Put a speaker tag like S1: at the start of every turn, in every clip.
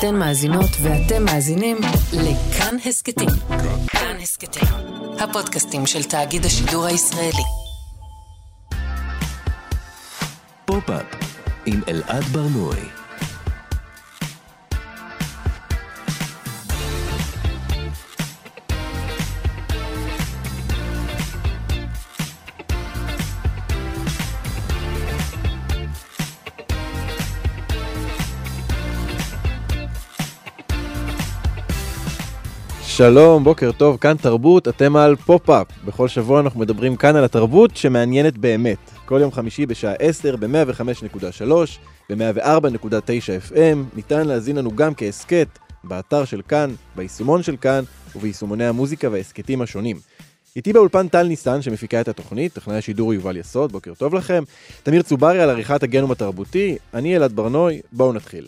S1: אתן מאזינות ואתם מאזינים לכאן הסקטים. כאן הסקטים, הפודקאסטים של תאגיד השידור הישראלי.
S2: פופ-אפ עם אלעד ברנועי.
S3: שלום, בוקר טוב, כאן תרבות, אתם על פופ-אפ. בכל שבוע אנחנו מדברים כאן על התרבות שמעניינת באמת. כל יום חמישי בשעה 10 ב-105.3, ב-104.9 FM. ניתן להזין לנו גם כהסקט באתר של כאן, ביישומון של כאן וביישומוני המוזיקה וההסקטים השונים. איתי באולפן טל ניסן שמפיקה את התוכנית, טכנאי השידור יובל יסוד, בוקר טוב לכם. תמיר צוברי על עריכת הגנום התרבותי, אני אלעד ברנועי, בואו נתחיל.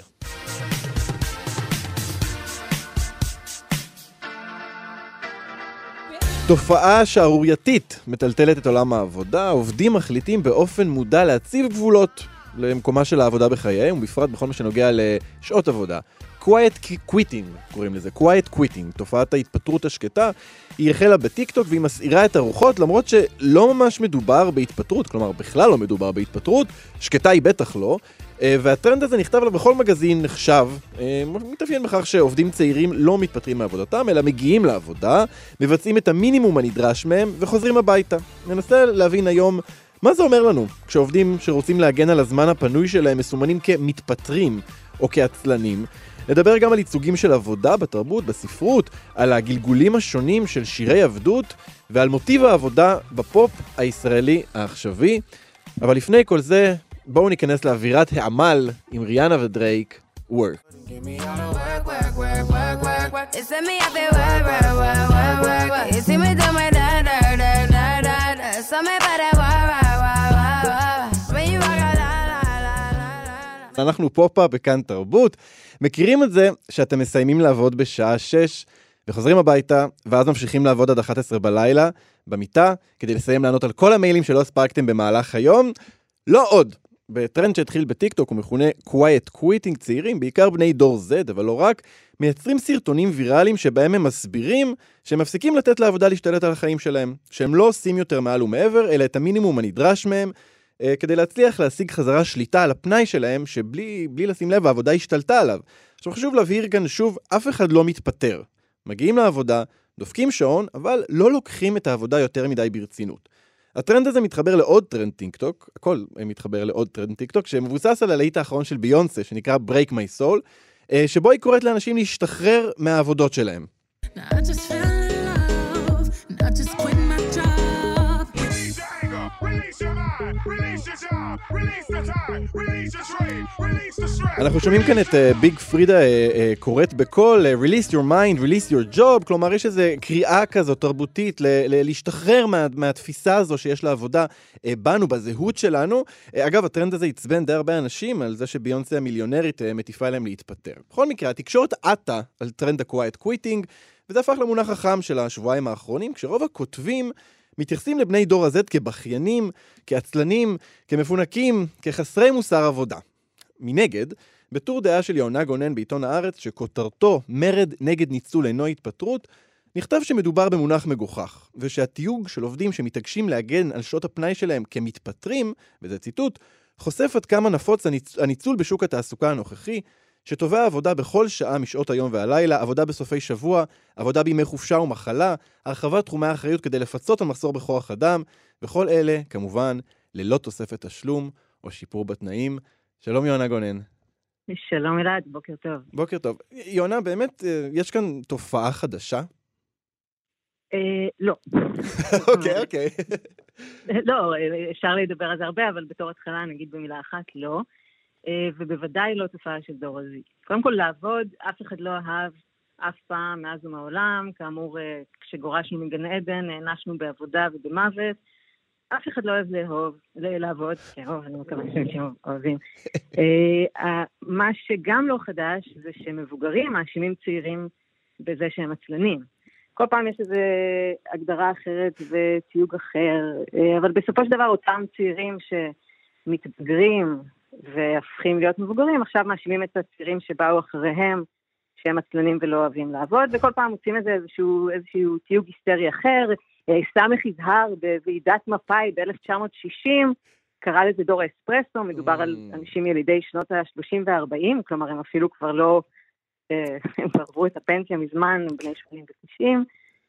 S3: תופעה שערורייתית מטלטלת את עולם העבודה. עובדים מחליטים באופן מודע להציב גבולות למקומה של העבודה בחייהם, ובפרט בכל מה שנוגע לשעות עבודה. Quiet quitting קוראים לזה, Quiet quitting, תופעת ההתפטרות השקטה. היא החלה בטיקטוק והיא מסעירה את הרוחות, למרות שלא ממש מדובר בהתפטרות, כלומר בכלל לא מדובר בהתפטרות, שקטה היא בטח לא, והטרנד הזה נכתב עליו בכל מגזין נחשב, מתאפיין בכך שעובדים צעירים לא מתפטרים מעבודתם, אלא מגיעים לעבודה, מבצעים את המינימום הנדרש מהם וחוזרים הביתה. ננסה להבין היום מה זה אומר לנו כשעובדים שרוצים להגן על הזמן הפנוי שלהם מסומנים כמתפטרים או כעצלנים. נדבר גם על ייצוגים של עבודה בתרבות, בספרות, על הגלגולים השונים של שירי עבדות ועל מוטיב העבודה בפופ הישראלי העכשווי. אבל לפני כל זה, בואו ניכנס לאווירת העמל עם ריאנה ודרייק, Work. אנחנו פופ-אפ בכאן תרבות. מכירים את זה שאתם מסיימים לעבוד בשעה 6 וחוזרים הביתה, ואז ממשיכים לעבוד עד 11 בלילה במיטה, כדי לסיים לענות על כל המיילים שלא הספקתם במהלך היום? לא עוד. בטרנד שהתחיל בטיקטוק הוא מכונה Quiet Quitting, צעירים, בעיקר בני דור Z, אבל לא רק, מייצרים סרטונים ויראליים שבהם הם מסבירים שהם מפסיקים לתת לעבודה להשתלט על החיים שלהם, שהם לא עושים יותר מעל ומעבר, אלא את המינימום הנדרש מהם, כדי להצליח להשיג חזרה שליטה על הפנאי שלהם, שבלי לשים לב העבודה השתלטה עליו. עכשיו חשוב להבהיר כאן שוב, אף אחד לא מתפטר. מגיעים לעבודה, דופקים שעון, אבל לא לוקחים את העבודה יותר מדי ברצינות. הטרנד הזה מתחבר לעוד טרנד טיקטוק, הכל מתחבר לעוד טרנד טיקטוק, שמבוסס על הלהיט האחרון של ביונסה, שנקרא Break My Soul, שבו היא קוראת לאנשים להשתחרר מהעבודות שלהם. אנחנו שומעים כאן את ביג פרידה קוראת בכל release your mind, release your job, כלומר יש איזו קריאה כזאת תרבותית להשתחרר מהתפיסה הזו שיש לעבודה בנו, בזהות שלנו. אגב, הטרנד הזה יצבן די הרבה אנשים על זה שביונסה המיליונרית מטיפה להם להתפטר. בכל מקרה, התקשורת עטה על טרנד ה-Quiet Quitting, וזה הפך למונח החם של השבועיים האחרונים, כשרוב הכותבים מתייחסים לבני דור הזד כבחיינים, כעצלנים, כמפונקים, כחסרי מוסר עבודה. מנגד, בטור דעה של יונה גונן בעיתון הארץ, שכותרתו מרד נגד ניצול אינו התפטרות, נכתב שמדובר במונח מגוחך, ושהתיוג של עובדים שמתעקשים להגן על שעות הפנאי שלהם כמתפטרים, וזה ציטוט, חושף עד כמה נפוץ הניצול בשוק התעסוקה הנוכחי, שתובע עבודה בכל שעה משעות היום והלילה, עבודה בסופי שבוע, עבודה בימי חופשה ומחלה, הרחבת תחומי האחריות כדי לפצות על מחסור בכוח אדם, וכל אלה, כמובן, ללא תוספת תשלום או שיפור בתנאים. שלום יונה גונן.
S4: שלום אלעד, בוקר טוב.
S3: בוקר טוב. יונה, באמת, יש כאן תופעה חדשה?
S4: לא.
S3: אוקיי.
S4: לא, אפשר לדבר על זה הרבה, אבל בתור התחלה נגיד במילה אחת, לא. ובוודאי לא תופעה של דור הזי. קודם כל לעבוד, אף אחד לא אהב אף פעם מאז ומעולם, כאמור כשגורשנו מגן עדן, נענשנו בעבודה ובמוות, אף אחד לא אוהב לעבוד, אני מקווה שהם אוהבים. מה שגם לא חדש זה שמבוגרים מאשימים צעירים בזה שהם עצלנים. כל פעם יש איזו הגדרה אחרת ותיוג אחר, אבל בסופו של דבר אותם צעירים שמתבגרים והפכים להיות מבוגרים, עכשיו מאשימים את הצעירים שבאו אחריהם שהם עצלנים ולא אוהבים לעבוד, וכל פעם מוצאים איזשהו תיוג היסטרי אחר. סמך יזהר בוועידת מפאי ב-1960, קרא לזה דור האספרסו, מדובר על אנשים ילידי שנות ה-30 וה-40, כלומר הם אפילו כבר לא, הם כבר עברו את הפנסיה מזמן, בני 80 ו-90,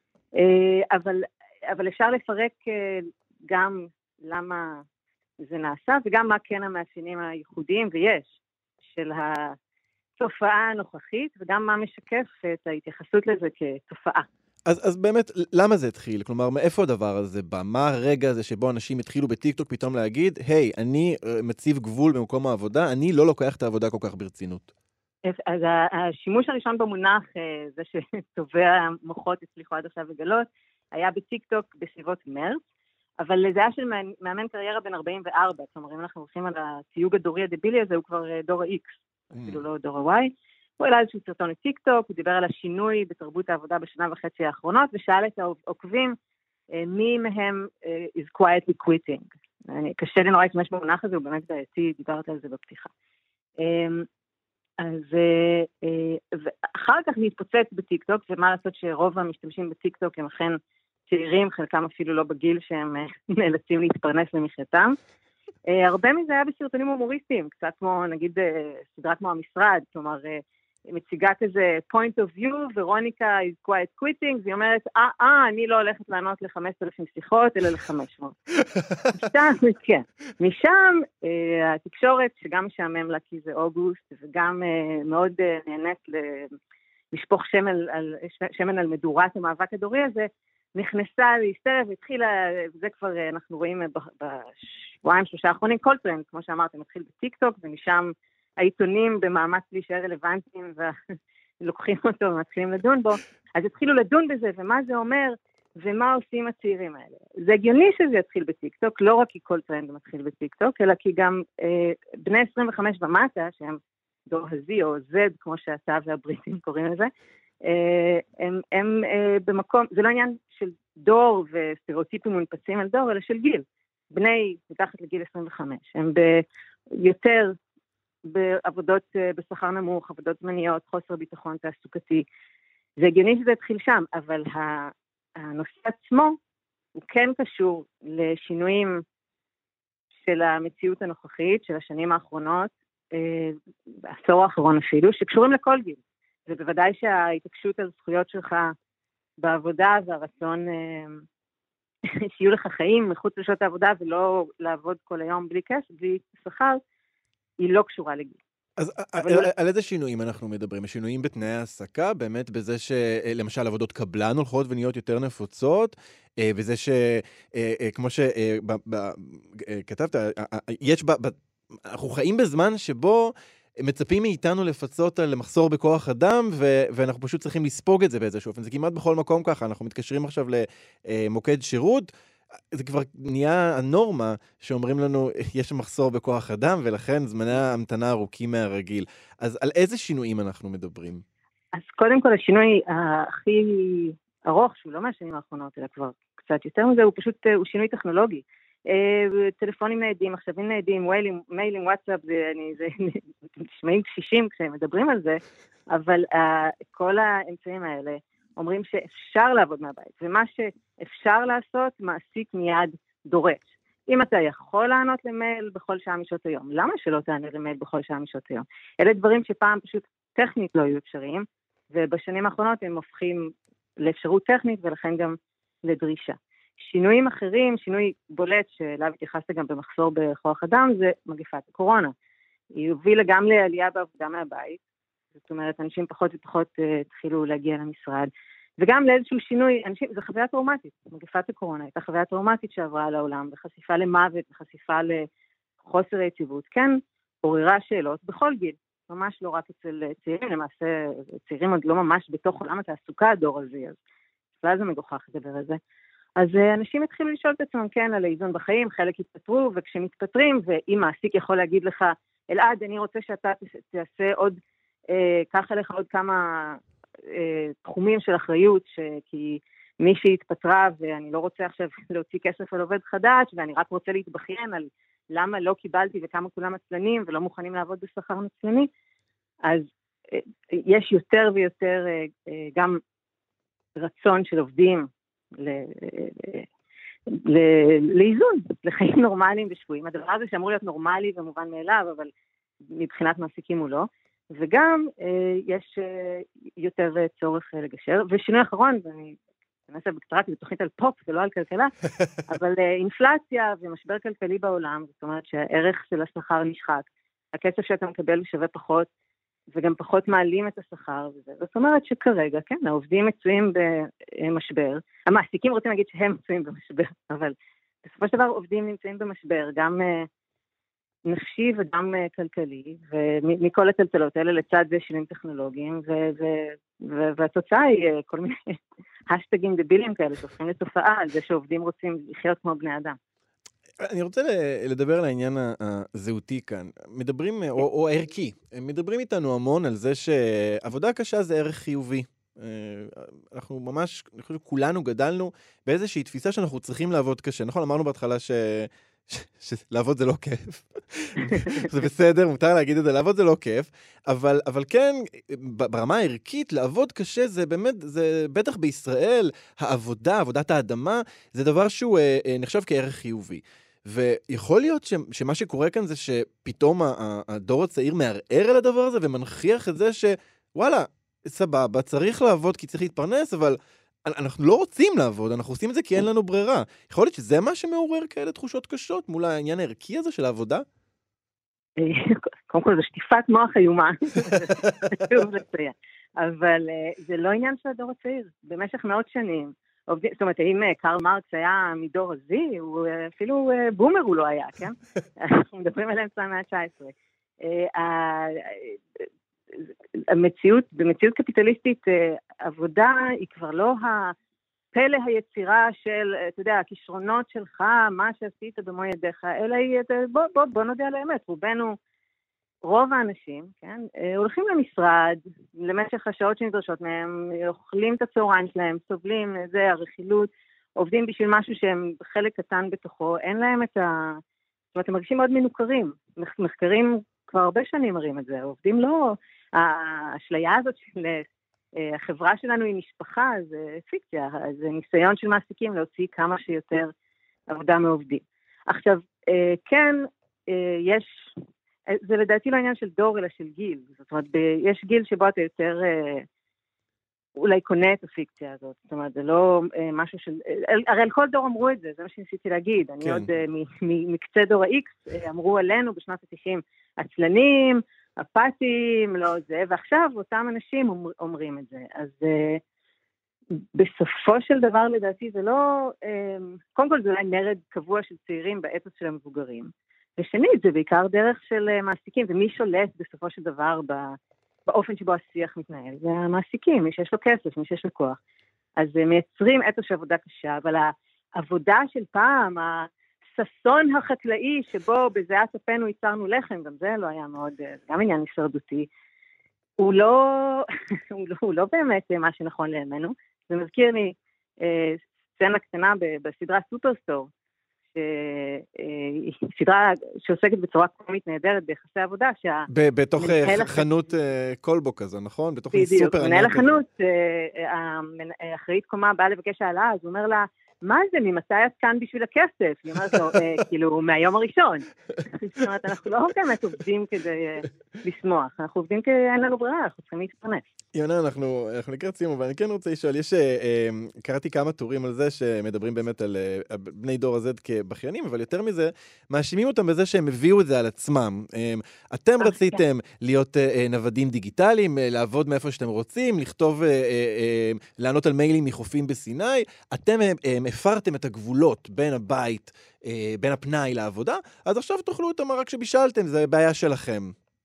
S4: אבל אפשר לפרק גם למה זה נעשה, וגם מה כן המאפיינים הייחודיים, ויש, של התופעה הנוכחית, וגם מה משקף את ההתייחסות לזה כתופעה.
S3: אז באמת, למה זה התחיל? כלומר, מאיפה הדבר הזה בא? מה הרגע הזה שבו אנשים התחילו בטיקטוק פתאום להגיד, היי, אני מציב גבול במקום העבודה, אני לא לוקח את העבודה כל כך ברצינות?
S4: אז השימוש הראשון במונח, זה שטובי המוחות הצליחו עד עכשיו לגלות, היה בטיקטוק בסביבות מרץ, אבל זה היה של מאמן קריירה בין 44, זאת אומרת, אם אנחנו הולכים על התיוג הדורי הדבילי הזה, הוא כבר דור ה-X, אפילו לא דור ה-Y. הוא העלה איזשהו סרטון לטיקטוק, הוא דיבר על השינוי בתרבות העבודה בשנה וחצי האחרונות, ושאל את העוקבים מי מהם is quietly quitting. קשה לי נורא להשתמש במונח הזה, הוא באמת בעייתי, דיברת על זה בפתיחה. אז אחר כך להתפוצץ בטיקטוק, ומה לעשות שרוב המשתמשים בטיקטוק הם אכן צעירים, חלקם אפילו לא בגיל שהם נאלצים להתפרנס למחייתם. הרבה מזה היה בסרטונים הומוריסטיים, קצת כמו נגיד סדרה כמו המשרד, כלומר מציגה כזה point of view, ורוניקה is quiet quitting, והיא אומרת, אני לא הולכת לענות ל5,000 שיחות, אלא ל500. כן. משם התקשורת, שגם משעמם לה כי זה אוגוסט, וגם מאוד נהנית לשפוך שמן על מדורת המאבק הדורי הזה, נכנסה להיסטריה והתחילה, זה כבר אנחנו רואים בשבועיים, 3 האחרונים, כל טרנד, כמו שאמרתם, מתחיל בטיקטוק, ומשם העיתונים במאמץ להישאר רלוונטיים, ולוקחים אותו ומתחילים לדון בו, אז התחילו לדון בזה, ומה זה אומר, ומה עושים הצעירים האלה. זה הגיוני שזה יתחיל בטיקטוק, לא רק כי כל טרנד מתחיל בטיקטוק, אלא כי גם בני 25 ומטה, שהם דור הזי או Z, כמו שאתה והבריטים קוראים לזה, הם במקום, זה לא עניין של דור וסטריאוטיפים מונפצים על דור, אלא של גיל. בני מתחת לגיל 25, הם יותר בעבודות בשכר נמוך, עבודות זמניות, חוסר ביטחון תעסוקתי. זה הגיוני שזה התחיל שם, אבל הנושא עצמו הוא כן קשור לשינויים של המציאות הנוכחית, של השנים האחרונות, בעשור האחרון אפילו, שקשורים לכל גיל. ובוודאי שההתעקשות על זכויות שלך בעבודה והרצון שיהיו לך חיים מחוץ לשעות העבודה ולא לעבוד כל היום בלי כסף, בלי שכר, היא לא קשורה לגיל.
S3: אז על איזה שינויים אנחנו מדברים? השינויים בתנאי העסקה, באמת בזה שלמשל עבודות קבלן הולכות ונהיות יותר נפוצות, וזה שכמו שכתבת, אנחנו חיים בזמן שבו מצפים מאיתנו לפצות על מחסור בכוח אדם, ואנחנו פשוט צריכים לספוג את זה באיזשהו אופן. זה כמעט בכל מקום ככה, אנחנו מתקשרים עכשיו למוקד שירות, זה כבר נהיה הנורמה שאומרים לנו, יש מחסור בכוח אדם, ולכן זמני ההמתנה ארוכים מהרגיל. אז על איזה שינויים אנחנו מדברים?
S4: אז קודם כל, השינוי הכי ארוך, שהוא לא מהשנים האחרונות, אלא כבר קצת יותר מזה, הוא פשוט, הוא שינוי טכנולוגי. טלפונים ניידים, מחשבים ניידים, מיילים, וואטסאפ, זה נשמעים קשישים כשהם מדברים על זה, אבל כל האמצעים האלה אומרים שאפשר לעבוד מהבית, ומה שאפשר לעשות, מעסיק מיד דורש. אם אתה יכול לענות למייל בכל שעה משעות היום, למה שלא תענה למייל בכל שעה משעות היום? אלה דברים שפעם פשוט טכנית לא היו אפשריים, ובשנים האחרונות הם הופכים לאפשרות טכנית, ולכן גם לדרישה. שינויים אחרים, שינוי בולט שאליו התייחסת גם במחסור בכוח אדם, זה מגפת הקורונה. היא הובילה גם לעלייה בעבודה מהבית, זאת אומרת, אנשים פחות ופחות התחילו להגיע למשרד, וגם לאיזשהו שינוי, זה חוויה טראומטית. מגפת הקורונה הייתה חוויה טראומטית שעברה לעולם, וחשיפה למוות, וחשיפה לחוסר היציבות. כן, עוררה שאלות בכל גיל, ממש לא רק אצל צעירים, למעשה צעירים עוד לא ממש בתוך עולם התעסוקה הדור הזה, אז בכלל זה מגוחך לדבר על זה. אז אנשים התחילו לשאול את עצמם, כן, על האיזון בחיים, חלק התפטרו, וכשמתפטרים, ואם מעסיק יכול להגיד לך, אלעד, אני רוצה שאתה תעשה עוד, ככה לך עוד כמה תחומים של אחריות, כי מישהי התפטרה, ואני לא רוצה עכשיו להוציא כסף על עובד חדש, ואני רק רוצה להתבכיין על למה לא קיבלתי וכמה כולם עצלנים, ולא מוכנים לעבוד בשכר נצלני, אז יש יותר ויותר גם רצון של עובדים לאיזון, לחיים נורמליים ושפויים. הדבר הזה שאמור להיות נורמלי ומובן מאליו, אבל מבחינת מעסיקים הוא לא. וגם יש יותר צורך לגשר. ושינוי אחרון, ואני אנסה בקצרה, כי זו תוכנית על פופ ולא על כלכלה, אבל אינפלציה ומשבר כלכלי בעולם, זאת אומרת שהערך של השכר נשחק, הכסף שאתה מקבל שווה פחות, וגם פחות מעלים את השכר וזה. זאת אומרת שכרגע, כן, העובדים מצויים במשבר, המעסיקים רוצים להגיד שהם מצויים במשבר, אבל בסופו של דבר עובדים נמצאים במשבר, גם נפשי וגם כלכלי, ומכל הטלטלות האלה לצד זה שינויים טכנולוגיים, והתוצאה היא כל מיני השטגים דבילים כאלה, שהופכים לתופעה על זה שעובדים רוצים לחיות כמו בני אדם.
S3: אני רוצה לדבר על העניין הזהותי כאן. מדברים, או הערכי, מדברים איתנו המון על זה שעבודה קשה זה ערך חיובי. אנחנו ממש, אני חושב שכולנו גדלנו באיזושהי תפיסה שאנחנו צריכים לעבוד קשה. נכון, אמרנו בהתחלה שלעבוד זה לא כיף. זה בסדר, מותר להגיד את זה, לעבוד זה לא כיף. אבל כן, ברמה הערכית, לעבוד קשה זה באמת, זה בטח בישראל, העבודה, עבודת האדמה, זה דבר שהוא נחשב כערך חיובי. ויכול להיות שמה שקורה כאן זה שפתאום הדור הצעיר מערער על הדבר הזה ומנכיח את זה שוואלה, סבבה, צריך לעבוד כי צריך להתפרנס, אבל אנחנו לא רוצים לעבוד, אנחנו עושים את זה כי אין לנו ברירה. יכול להיות שזה מה שמעורר כאלה תחושות קשות מול העניין הערכי הזה של העבודה?
S4: קודם כל, זו שטיפת מוח איומה, חשוב לציין. אבל זה לא עניין של הדור הצעיר. במשך מאות שנים, זאת אומרת, אם קרל מרקס היה מדור הזי, הוא אפילו בומר הוא לא היה, כן? אנחנו מדברים על אמצע המאה ה-19. במציאות קפיטליסטית, עבודה היא כבר לא הפלא היצירה של, אתה יודע, הכישרונות שלך, מה שעשית במו ידיך, אלא היא, בוא נודע על האמת, רוב האנשים, כן, הולכים למשרד, למשך השעות שנדרשות מהם, אוכלים את הצהריים שלהם, סובלים, זה הרכילות, עובדים בשביל משהו שהם חלק קטן בתוכו, אין להם זאת אומרת, הם מרגישים מאוד מנוכרים, מחקרים כבר הרבה שנים מראים את זה, עובדים לא, האשליה הזאת של החברה שלנו היא משפחה, זה פיקציה, זה ניסיון של מעסיקים להוציא כמה שיותר עבודה מעובדים. עכשיו, כן, יש, זה לדעתי לא עניין של דור אלא של גיל, זאת אומרת, יש גיל שבו אתה יותר אולי קונה את הפיקציה הזאת, זאת אומרת, זה לא משהו של, הרי על כל דור אמרו את זה, זה מה שניסיתי להגיד, אני עוד מקצה דור ה-X, אמרו עלינו בשנת ה-90, עצלנים, אפתיים, לא זה, ועכשיו אותם אנשים אומרים את זה, אז בסופו של דבר לדעתי זה לא, קודם כל זה אולי מרד קבוע של צעירים באתוס של המבוגרים, ושנית זה בעיקר דרך של מעסיקים, ומי שולט בסופו של דבר באופן שבו השיח מתנהל, זה המעסיקים, מי שיש לו כסף, מי שיש לו כוח, אז מייצרים אתוס עבודה קשה, אבל העבודה של פעם, הססון החקלאי שבו בזיעת אפינו ייצרנו לחם, גם זה לא היה מאוד, גם עניין הישרדותי, הוא לא באמת מה שנכון לימינו. זה מזכיר לי סצנה קטנה בסדרה סופרסטור, סדרה שעוסקת בצורה קומית נהדרת ביחסי עבודה,
S3: בתוך חנות קולבו כזה, נכון? בתוך סופר ענק.
S4: מנהל החנות, האחראית קומה באה לבקש העלה, אז הוא אומר לה, מה זה, ממתי את כאן בשביל הכסף? היא אומרת לו, כאילו, מהיום הראשון. זאת אומרת, אנחנו לא באמת עובדים כדי לשמוח, אנחנו עובדים כי אין לנו ברירה, אנחנו צריכים להתפרנס.
S3: יונה, אנחנו לקראת סיום, אבל אני כן רוצה לשאול, קראתי כמה טורים על זה שמדברים באמת על בני דור הזד כבחיינים, אבל יותר מזה, מאשימים אותם בזה שהם הביאו את זה על עצמם. אתם רציתם להיות נוודים דיגיטליים, לעבוד מאיפה שאתם רוצים, לכתוב, לענות על מיילים מחופים בסיני, אתם הפרתם את הגבולות בין הבית, בין הפנאי לעבודה, אז עכשיו תאכלו את המרק שבישלתם, זה בעיה שלכם.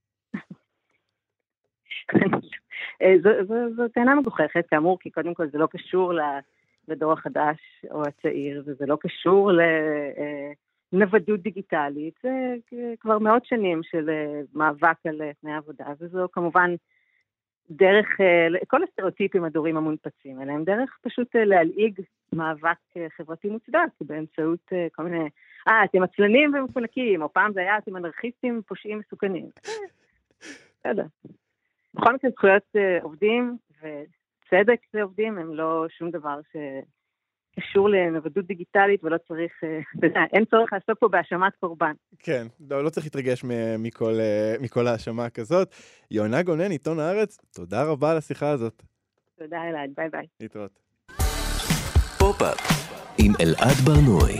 S4: זו טענה מגוחכת, כאמור, כי קודם כל זה לא קשור לדור החדש או הצעיר, וזה לא קשור לנוודות דיגיטלית, זה כבר מאות שנים של מאבק על תנאי עבודה, וזו כמובן דרך, כל הסטריאוטיפים הדורים המונפצים אליהם, דרך פשוט להלעיג מאבק חברתי מוצדק, באמצעות כל מיני, אתם עצלנים ומפונקים, או פעם זה היה, אתם אנרכיסטים, פושעים מסוכנים. בסדר. בכל מקרה זכויות עובדים וצדק לעובדים הם לא שום דבר שקשור לנוודות דיגיטלית ולא צריך, אין צורך לעסוק פה בהאשמת קורבן.
S3: כן, לא צריך להתרגש מכל האשמה כזאת. יונה גונן, עיתון הארץ, תודה רבה על השיחה הזאת.
S4: תודה אלעד, ביי ביי.
S3: להתראות.
S2: פופ-אפ עם אלעד ברנועי.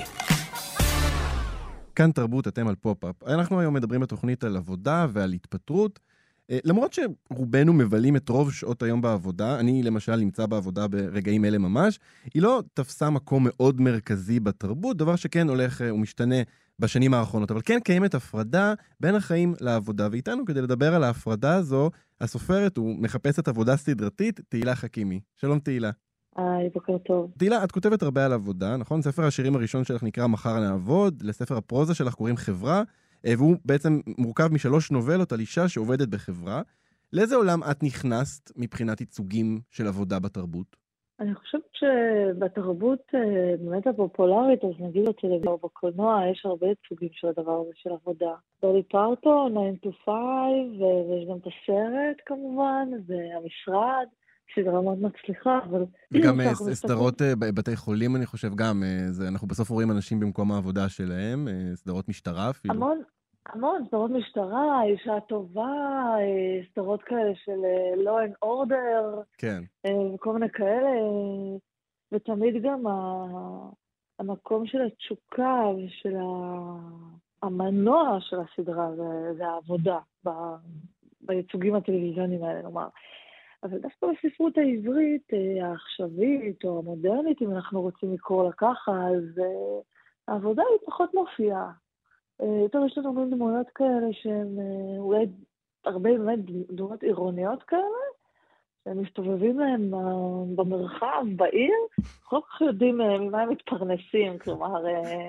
S3: כאן תרבות, אתם על פופ-אפ. אנחנו היום מדברים בתוכנית על עבודה ועל התפטרות. למרות שרובנו מבלים את רוב שעות היום בעבודה, אני למשל נמצא בעבודה ברגעים אלה ממש, היא לא תפסה מקום מאוד מרכזי בתרבות, דבר שכן הולך ומשתנה בשנים האחרונות. אבל כן קיימת הפרדה בין החיים לעבודה. ואיתנו כדי לדבר על ההפרדה הזו, הסופרת ומחפשת עבודה סדרתית, תהילה חכימי. שלום תהילה.
S5: היי, בוקר טוב.
S3: תהילה, את כותבת הרבה על עבודה, נכון? ספר השירים הראשון שלך נקרא מחר נעבוד, לספר הפרוזה שלך קוראים חברה, והוא בעצם מורכב מ3 נובלות על אישה שעובדת בחברה. לאיזה עולם את נכנסת מבחינת ייצוגים של עבודה בתרבות?
S5: אני חושבת שבתרבות באמת הפופולרית, אז נגיד בטלוויזיה או בקולנוע, יש הרבה ייצוגים של הדבר הזה של עבודה. דולי פרטון, 9 to 5, ויש גם את הסרט כמובן, והמשרד. סדרה מאוד מצליחה, אבל...
S3: וגם סדרות בבתי חולים, אני חושב, גם, אנחנו בסוף רואים אנשים במקום העבודה שלהם, סדרות משטרה אפילו.
S5: המון, סדרות משטרה, אישה טובה, סדרות כאלה של law and order,
S3: כן.
S5: וכל מיני כאלה, ותמיד גם המקום של התשוקה ושל המנוע של הסדרה, זה העבודה, בייצוגים הטלוויזיוניים האלה, נאמר. אבל דווקא בספרות העברית, העכשווית או המודרנית, אם אנחנו רוצים לקרוא לה ככה, אז העבודה היא פחות מופיעה. יותר יש לנו דמויות כאלה שהן אולי הרבה באמת דמויות עירוניות כאלה, שהם מסתובבים להם במרחב, בעיר, אנחנו לא כך יודעים ממה הם מתפרנסים, כלומר,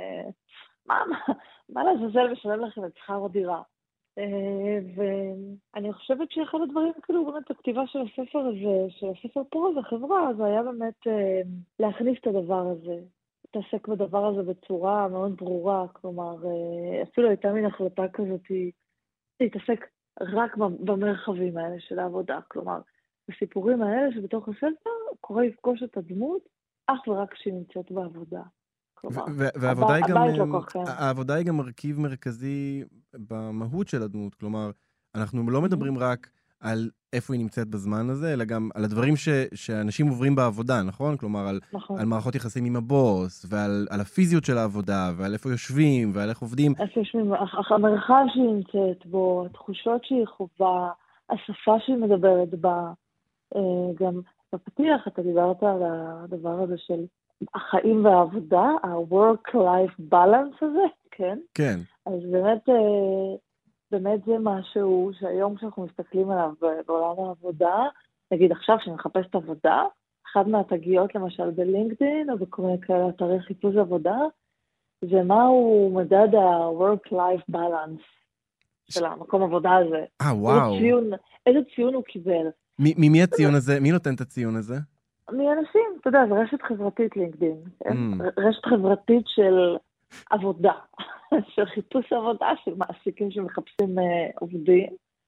S5: מה לעזאזל משלם לכם את שכר הדירה. ואני חושבת שאחד הדברים, כאילו, באמת הכתיבה של הספר הזה, של הספר פרוזה, חברה, זה היה באמת להכניס את הדבר הזה, להתעסק בדבר הזה בצורה מאוד ברורה, כלומר, אפילו הייתה מין החלטה כזאת, להתעסק רק במרחבים האלה של העבודה, כלומר, בסיפורים האלה שבתוך הספר קורה לפגוש את הדמות, אך ורק כשהיא נמצאת בעבודה.
S3: והעבודה היא גם מרכיב מרכזי במהות של הדמות, כלומר, אנחנו לא מדברים רק על איפה היא נמצאת בזמן הזה, אלא גם על הדברים שאנשים עוברים בעבודה, נכון? כלומר, על מערכות יחסים עם הבוס, ועל הפיזיות של העבודה, ועל איפה יושבים, ועל איך עובדים.
S5: איפה יושבים, המרחב שהיא נמצאת בו, התחושות שהיא חובה, השפה שהיא מדברת בה, גם בפתיח אתה דיברת על הדבר הזה של החיים והעבודה, ה-work-life balance הזה, כן?
S3: כן.
S5: אז באמת זה משהו שהיום כשאנחנו מסתכלים עליו בעולם העבודה, נגיד עכשיו שאני מחפשת עבודה, אחד מהתגיות למשל בלינקדין או בכל מיני כאלה אתרי חיפוש עבודה, זה מהו מדד ה-work-life balance של המקום עבודה הזה.
S3: וואו.
S5: איזה ציון הוא קיבל.
S3: מי הציון הזה? מי נותן את הציון הזה?
S5: מאנשים, אתה יודע, זה רשת חברתית לינקדין. רשת חברתית של עבודה, של חיפוש עבודה, של מעסיקים שמחפשים עובדים.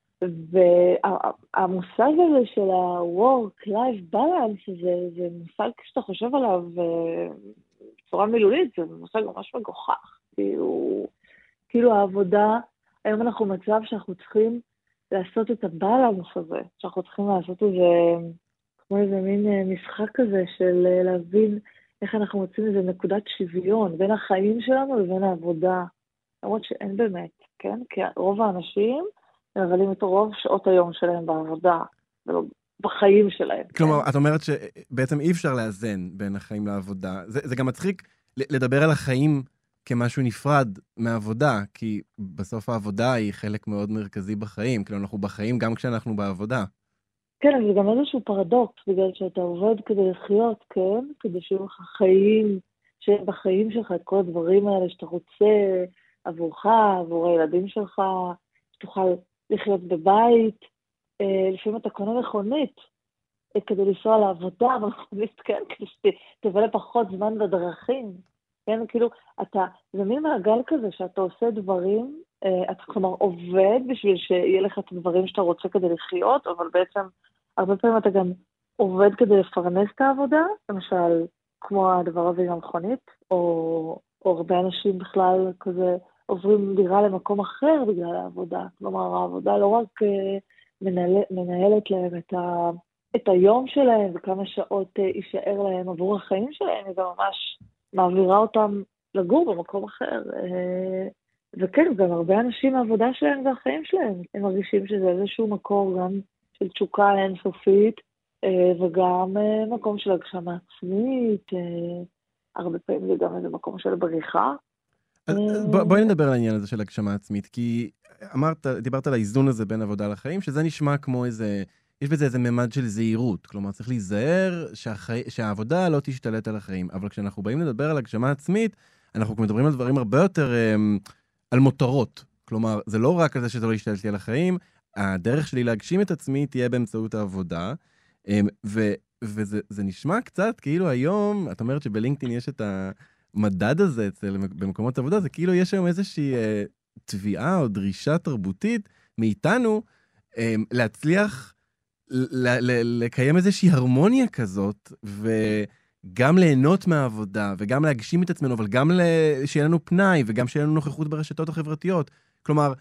S5: והמושג הזה של ה-work-life balance, זה מושג שאתה חושב עליו בצורה מילולית, זה מושג ממש מגוחך. כאילו העבודה, היום אנחנו במצב שאנחנו צריכים לעשות את הבאלנס הזה, שאנחנו צריכים לעשות כמו איזה מין משחק כזה של להבין איך אנחנו מוצאים איזה נקודת שוויון בין החיים שלנו לבין העבודה. למרות שאין באמת, כן? כי רוב האנשים מבלים את רוב שעות היום שלהם בעבודה, ולא בחיים שלהם.
S3: כלומר, את אומרת שבעצם אי אפשר לאזן בין החיים לעבודה. זה גם מצחיק לדבר על החיים כמשהו נפרד מהעבודה, כי בסוף העבודה היא חלק מאוד מרכזי בחיים. כאילו, אנחנו בחיים גם כשאנחנו בעבודה.
S5: כן, זה גם איזשהו פרדוקס, בגלל שאתה עובד כדי לחיות, כן? כדי שיהיו לך חיים, שיהיה בחיים שלך את כל הדברים האלה שאתה רוצה עבורך, עבור הילדים שלך, שתוכל לחיות בבית. לפעמים אתה קונה מכונית כדי לנסוע לעבודה, מכונית, כן? כדי שתבלה פחות זמן בדרכים. כן, כאילו, זה מין מעגל כזה שאתה עושה דברים אתה כלומר עובד בשביל שיהיה לך את הדברים שאתה רוצה כדי לחיות, אבל בעצם הרבה פעמים אתה גם עובד כדי לפרנס את העבודה, למשל כמו הדבר הזה עם המכונית, או הרבה אנשים בכלל כזה עוברים דירה למקום אחר בגלל העבודה. כלומר, העבודה לא רק מנהלת להם את היום שלהם וכמה שעות יישאר להם עבור החיים שלהם, היא גם ממש מעבירה אותם לגור במקום אחר. וכן, גם הרבה אנשים העבודה שלהם והחיים שלהם, הם מרגישים שזה איזשהו מקור גם של תשוקה אינסופית, וגם מקום של הגשמה עצמית, הרבה פעמים זה גם איזה מקום של בריחה.
S6: בואי נדבר על העניין הזה של הגשמה עצמית, כי דיברת על האיזון הזה בין עבודה לחיים, שזה נשמע כמו יש בזה איזה ממד של זהירות, כלומר צריך להיזהר שהעבודה לא תשתלט על החיים, אבל כשאנחנו באים לדבר על הגשמה עצמית, אנחנו מדברים על דברים הרבה יותר על מותרות, כלומר זה לא רק על זה שזה לא ישתלט לי על החיים, הדרך שלי להגשים את עצמי תהיה באמצעות העבודה, וזה נשמע קצת כאילו היום, את אומרת שבלינקדאין יש את המדד הזה במקומות עבודה, זה כאילו יש היום איזושהי תביעה או דרישה תרבותית מאיתנו להצליח לקיים איזושהי הרמוניה כזאת, וגם ליהנות מהעבודה, וגם להגשים את עצמנו, אבל גם שיהיה לנו פנאי, וגם שיהיה לנו נוכחות ברשתות החברתיות. כלומר,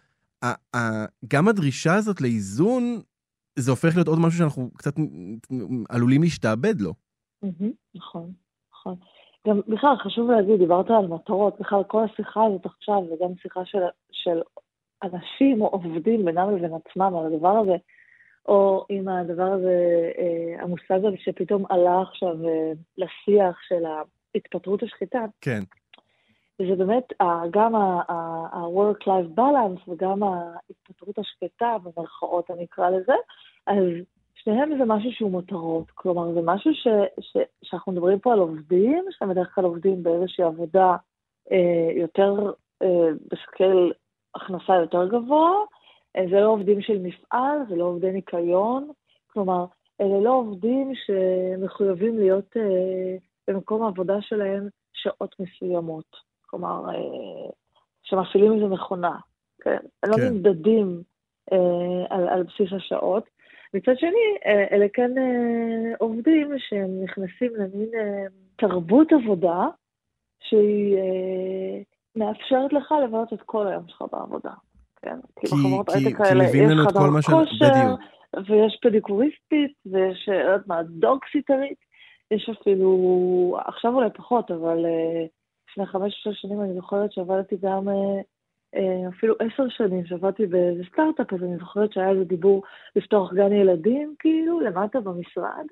S6: גם הדרישה הזאת לאיזון, זה הופך להיות עוד משהו שאנחנו קצת עלולים להשתעבד לו.
S5: נכון, נכון. גם בכלל חשוב להגיד, דיברת על מטרות, בכלל כל השיחה הזאת עכשיו, וגם שיחה של אנשים או עובדים בינם לבין עצמם על הדבר הזה, או עם הדבר הזה, המושג הזה שפתאום עלה עכשיו לשיח של ההתפטרות השחיטה.
S6: כן.
S5: זה באמת גם ה-work-life balance וגם ההתפטרות השקטה, במרכאות אני אקרא לזה, אז שניהם זה משהו שהוא מותרות. כלומר, זה משהו שאנחנו מדברים פה על עובדים, שהם בדרך כלל עובדים באיזושהי עבודה יותר בסקייל הכנסה יותר גבוה, זה לא עובדים של מפעל, זה לא עובדי ניקיון, כלומר, אלה לא עובדים שמחויבים להיות במקום העבודה שלהם שעות מסוימות, כלומר, שמפעילים איזו מכונה, כן? הם לא נמדדים על בסיס השעות. מצד שני, אלה כן עובדים שהם נכנסים למין תרבות עבודה, שהיא מאפשרת לך לבנות את כל היום שלך בעבודה. כן? כי בחברות הייטק האלה יש חדר כושר, ויש פדיקוריסטית, ויש דוגסיטרית, יש אפילו, עכשיו אולי פחות, אבל לפני 5-6 שנים אני זוכרת שעבדתי גם אפילו 10 שנים שעבדתי באיזה סטארט-אפ, אז אני זוכרת שהיה איזה דיבור לפתוח גן ילדים, כאילו, למטה במשרד.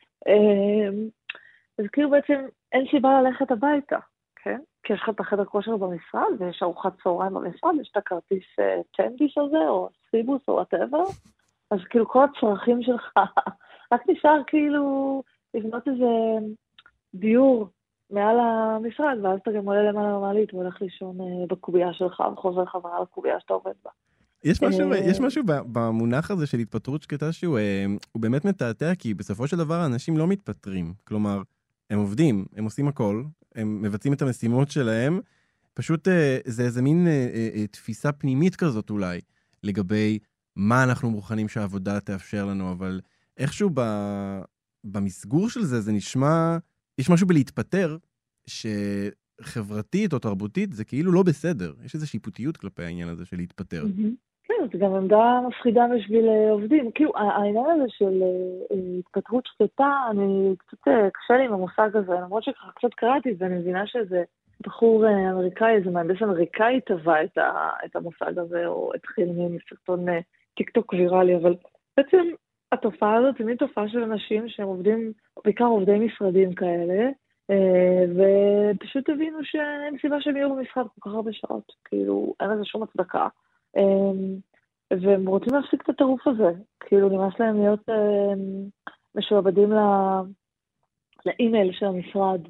S5: אז כאילו בעצם אין סיבה ללכת הביתה, כן? כי יש לך את החדר כושר במשרד, ויש ארוחת צהריים במשרד, יש את הכרטיס טנדיס הזה, או סיבוס, או whatever, אז כאילו כל הצרכים שלך, רק נשאר כאילו לבנות איזה דיור מעל המשרד, ואז אתה גם עולה למעלה למעלית, והולך לישון בקובייה שלך, וחוזר חזרה לקובייה שאתה עובד בה.
S6: יש משהו במונח הזה של התפטרות שקטה שהוא באמת מתעתע, כי בסופו של דבר האנשים לא מתפטרים. כלומר, הם עובדים, הם עושים הכל, הם מבצעים את המשימות שלהם, פשוט זה איזה מין תפיסה פנימית כזאת אולי, לגבי מה אנחנו מוכנים שהעבודה תאפשר לנו, אבל איכשהו במסגור של זה, זה נשמע, יש משהו בלהתפטר, שחברתית או תרבותית זה כאילו לא בסדר. יש איזו שיפוטיות כלפי העניין הזה של להתפטר.
S5: כן, זה גם עמדה מפחידה בשביל עובדים. כאילו, העניין הזה של התפטרות שקטה, אני קצת קשה לי עם המושג הזה, למרות שככה קצת קראתי, ואני מבינה שזה בחור אמריקאי, איזה מהנדס אמריקאי טבע את המושג הזה, או התחיל מסרטון טיקטוק ויראלי, אבל בעצם התופעה הזאת היא תופעה של אנשים שהם עובדים, בעיקר עובדי משרדים כאלה, ופשוט הבינו שאין סיבה שהם יהיו במשרד כל כך הרבה שעות, כאילו אין לזה שום הצדקה. והם רוצים להפסיק את הטירוף הזה, כאילו נמאס להם להיות משועבדים לאימייל של המשרד.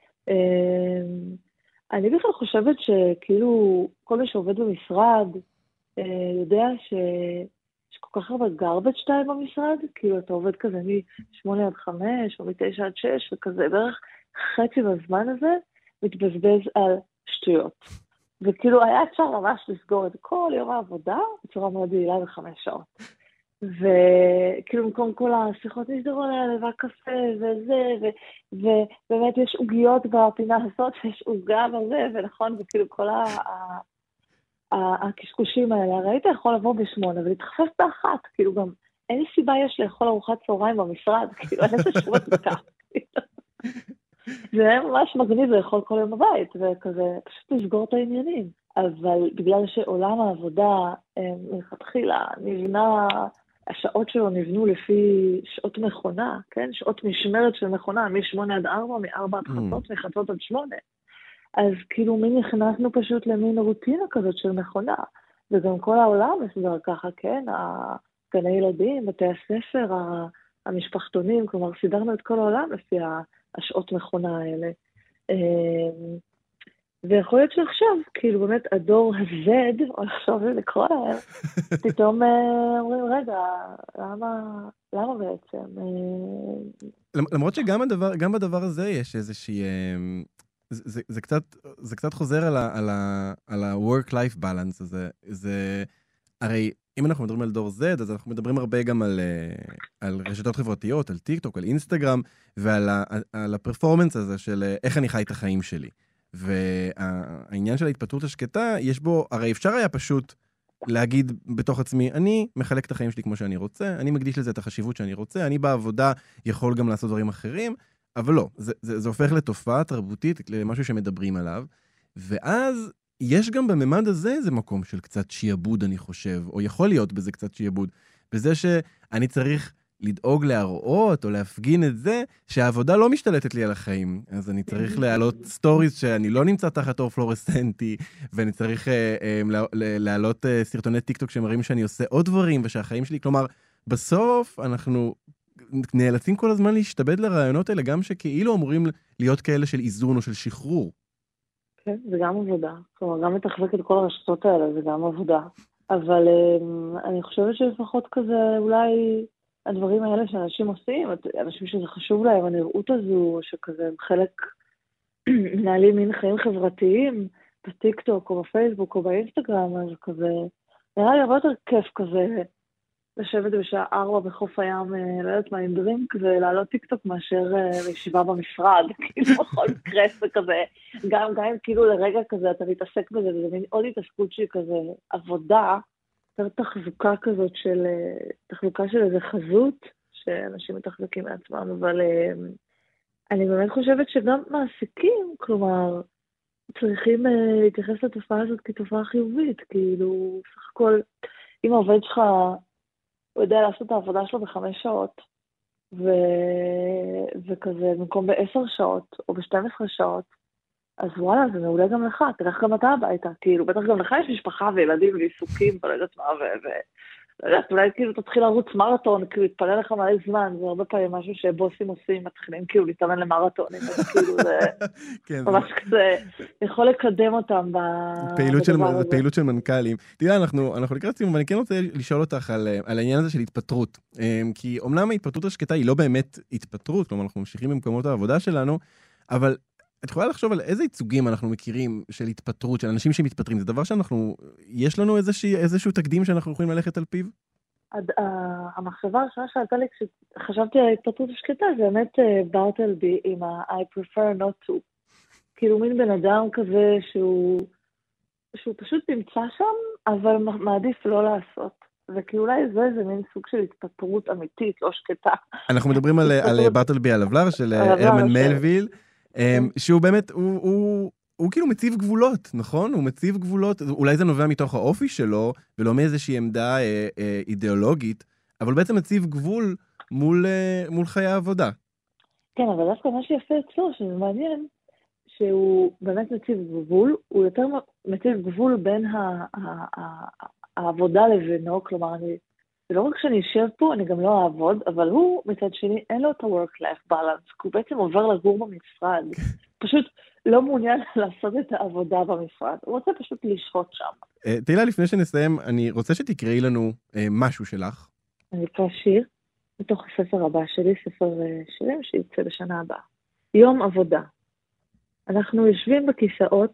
S5: אני בכלל חושבת שכאילו כל מי שעובד במשרד יודע שכל כך הרבה garbage time במשרד, כאילו אתה עובד כזה מ-8-5 או מ-9-6 וכזה, בערך חצי בזמן הזה מתבזבז על שטויות. וכאילו היה אפשר ממש לסגור את כל יום העבודה בצורה מאוד יעילה ב5 שעות. וכאילו במקום כל השיחות נשדרו עליה קפה וזה, ובאמת יש עוגיות בפינה הזאת, יש עוגה וזה, ונכון, וכאילו כל הקשקושים האלה, הרי היית יכול לבוא ב8 ולהתחפש ב1, כאילו גם אין סיבה יש לאכול ארוחת צהריים במשרד, כאילו אין איזה שום הצדקה. זה היה ממש מגניב לאכול כל יום בבית, וכזה פשוט לסגור את העניינים. אבל בגלל שעולם העבודה מלכתחילה נבנה, השעות שלו נבנו לפי שעות מכונה, כן? שעות משמרת של מכונה, מ8 עד 4, מ4 עד חצות, מחצות עד 8. אז כאילו מין נכנסנו פשוט למין רוטינה כזאת של מכונה, וגם כל העולם מסודר ככה, כן? גני ילדים, בתי הספר, המשפחתונים, כלומר סידרנו את כל העולם לפי השעות מכונה האלה. ויכול להיות שעכשיו, כאילו באמת הדור הזד, או עכשיו לקרוא להם, פתאום אומרים, רגע, למה בעצם?
S6: למרות שגם בדבר הזה יש איזושהי, זה קצת חוזר על ה-work-life balance הזה. זה, הרי אם אנחנו מדברים על דור Z, אז אנחנו מדברים הרבה גם על רשתות חברתיות, על טיק-טוק, על אינסטגרם, ועל הפרפורמנס הזה של איך אני חי את החיים שלי. והעניין של ההתפטרות השקטה, יש בו, הרי אפשר היה פשוט להגיד בתוך עצמי, אני מחלק את החיים שלי כמו שאני רוצה, אני מקדיש לזה את החשיבות שאני רוצה, אני בעבודה יכול גם לעשות דברים אחרים, אבל לא, זה הופך לתופעה תרבותית, למשהו שמדברים עליו, ואז יש גם בממד הזה איזה מקום של קצת שיעבוד, אני חושב, או יכול להיות בזה קצת שיעבוד, בזה שאני צריך לדאוג להראות או להפגין את זה, שהעבודה לא משתלטת לי על החיים. אז אני צריך להעלות סטוריז שאני לא נמצא תחת אור פלורסנטי, ואני צריך להעלות סרטוני טיקטוק שמראים שאני עושה עוד דברים, ושהחיים שלי, כלומר, בסוף אנחנו נאלצים כל הזמן להשתבד לרעיונות האלה, גם שכאילו אמורים להיות כאלה של איזון או של שחרור.
S5: כן, זה גם עבודה. כלומר, גם לתחזק את כל הרשתות האלה, זה גם עבודה. אבל אני חושבת שלפחות כזה, אולי הדברים האלה שאנשים עושים, אנשים שזה חשוב להם, הנראות הזו, שכזה חלק מנהלים מין חיים חברתיים, בטיקטוק או בפייסבוק או באינסטגרם, אז כזה, נראה לי הרבה יותר כיף כזה, לשבת בשעה 4 בחוף הים, לא יודעת מה, עם דרינק, ולעלות טיקטוק מאשר לישיבה במשרד, כאילו בכל מקרה זה כזה, גם אם כאילו לרגע כזה אתה מתעסק בזה, וזה מין עוד התעסקות שהיא כזה עבודה, יותר תחזוקה של איזה חזות, שאנשים מתחזקים מעצמם, אבל אני באמת חושבת שגם מעסיקים, כלומר, צריכים להתייחס לתופעה הזאת כתופעה חיובית, כאילו, סך הכל, אם העובד שלך הוא יודע לעשות את העבודה שלו ב5 שעות, וכזה במקום ב10 שעות או ב12 שעות, אז וואלה, זה מעולה גם לך, תלך גם אתה הביתה, כאילו, בטח גם לך יש משפחה וילדים ועיסוקים, ולא יודעת מה, אולי כאילו תתחיל לרוץ מרתון, כאילו יתפנה לך מלא זמן, זה הרבה פעמים משהו שבוסים עושים, מתחילים כאילו להתאמן למרתונים, כאילו זה ממש כזה, יכול לקדם אותם בדבר הזה.
S6: זה פעילות של מנכ"לים. תראה, אנחנו לקראת סיום, ואני כן רוצה לשאול אותך על העניין הזה של התפטרות, כי אומנם ההתפטרות השקטה היא לא באמת התפטרות, כלומר אנחנו ממשיכים במקומות העבודה שלנו, אבל את יכולה לחשוב על איזה ייצוגים אנחנו מכירים של התפטרות, של אנשים שמתפטרים? זה דבר יש לנו איזשהו תקדים שאנחנו יכולים ללכת על פיו?
S5: המחשבה הראשונה שעלתה לי כשחשבתי על ההתפטרות השקטה, זה באמת ברטלבי עם I prefer not to. כאילו מין בן אדם כזה שהוא פשוט נמצא שם, אבל מעדיף לא לעשות. וכי אולי זה מין סוג של התפטרות אמיתית, לא שקטה.
S6: אנחנו מדברים על ברטלבי הלבלר של הרמן מלוויל, שהוא באמת, הוא כאילו מציב גבולות, נכון? הוא מציב גבולות, אולי זה נובע מתוך האופי שלו, ולא מאיזושהי עמדה אידיאולוגית, אבל בעצם מציב גבול מול חיי העבודה.
S5: כן, אבל דווקא מה שיפה אצלו, שזה מעניין, שהוא באמת מציב גבול, הוא יותר מציב גבול בין העבודה לבינו, כלומר, זה לא רק שאני אשב פה, אני גם לא אעבוד, אבל הוא מצד שני, אין לו את ה-work-life balance, הוא בעצם עובר לגור במשרד, פשוט לא מעוניין לעשות את העבודה במשרד, הוא רוצה פשוט לשהות שם.
S6: תהילה, לפני שנסיים, אני רוצה שתקראי לנו משהו שלך.
S5: אני אקרא שיר, בתוך הספר הבא שלי, ספר שירים שיצא בשנה הבאה. יום עבודה. אנחנו יושבים בכיסאות,